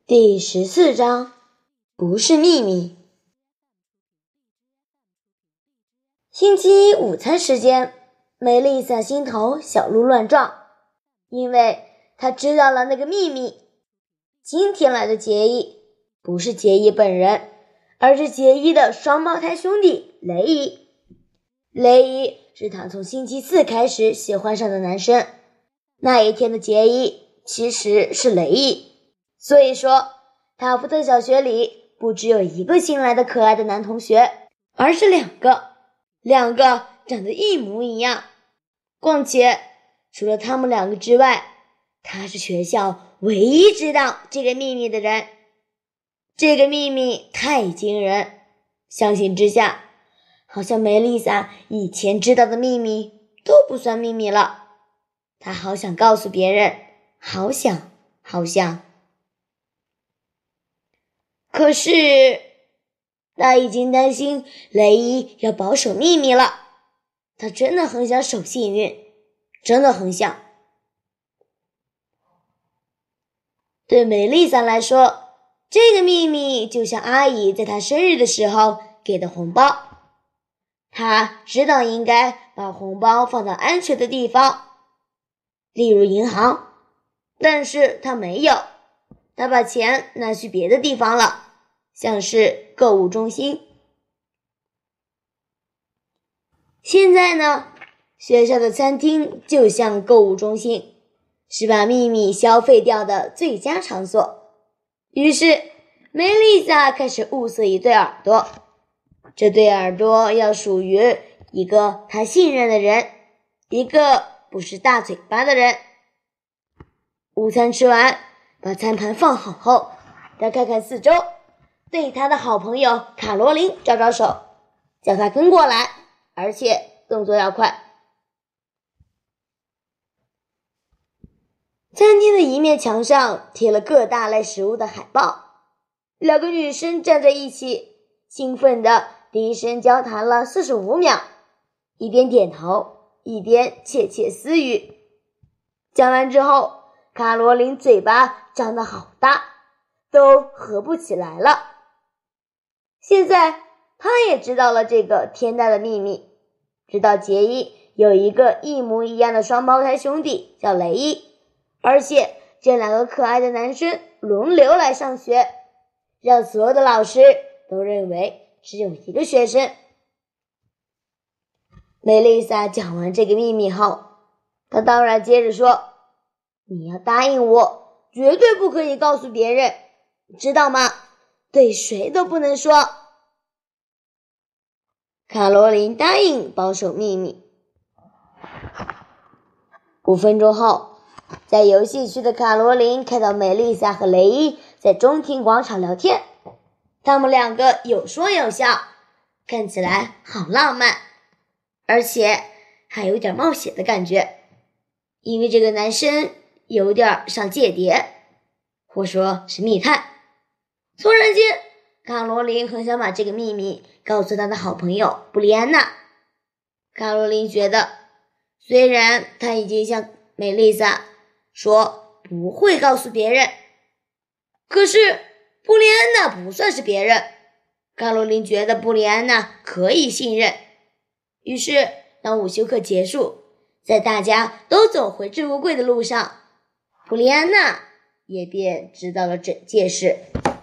第14章，不是秘密。星期一午餐时间，梅丽莎心头小鹿乱撞，因为她知道了那个秘密。今天来的杰伊不是杰伊本人，而是杰伊的双胞胎兄弟雷伊。雷伊是他从星期4开始喜欢上的男生，那一天的杰伊其实是雷伊。所以说，塔夫特小学里不只有一个新来的可爱的男同学，而是两个长得一模一样。况且，除了他们两个之外，他是全校唯一知道这个秘密的人。这个秘密太惊人，相形之下，好像梅丽莎以前知道的秘密都不算秘密了。她好想告诉别人，好想。可是，他已经担心雷伊要保守秘密了。他真的很想守幸运，真的很想。对梅丽莎来说，这个秘密就像阿姨在她生日的时候给的红包。她知道应该把红包放到安全的地方，例如银行，但是她没有，她把钱拿去别的地方了，像是购物中心。现在呢，学校的餐厅就像购物中心，是把秘密消费掉的最佳场所。于是，梅丽莎开始物色一对耳朵，这对耳朵要属于一个她信任的人，一个不是大嘴巴的人。午餐吃完，把餐盘放好后，她看看四周，对她的好朋友卡罗琳招招手，叫她跟过来，而且动作要快。餐厅的一面墙上贴了各大类食物的海报，两个女生站在一起，兴奋地低声交谈了45秒，一边点头，一边窃窃私语。讲完之后，卡罗琳嘴巴张得好大，都合不起来了。现在她也知道了这个天大的秘密，知道杰伊有一个一模一样的双胞胎兄弟叫雷伊，而且这两个可爱的男生轮流来上学，让所有的老师都认为只有一个学生。梅丽莎讲完这个秘密后，她当然接着说，你要答应我，绝对不可以告诉别人，知道吗？对谁都不能说。卡罗琳答应保守秘密。5分钟后，在游戏区的卡罗琳看到梅丽莎和雷伊在中庭广场聊天，他们两个有说有笑，看起来好浪漫，而且还有点冒险的感觉，因为这个男生有点像间谍，或说是密探。突然间，卡罗琳很想把这个秘密告诉她的好朋友布丽安娜。卡罗琳觉得，虽然她已经向梅丽莎说不会告诉别人，可是布丽安娜不算是别人。卡罗琳觉得布丽安娜可以信任。于是，当午休课结束，在大家都走回置物柜的路上，布丽安娜也便知道了整件事。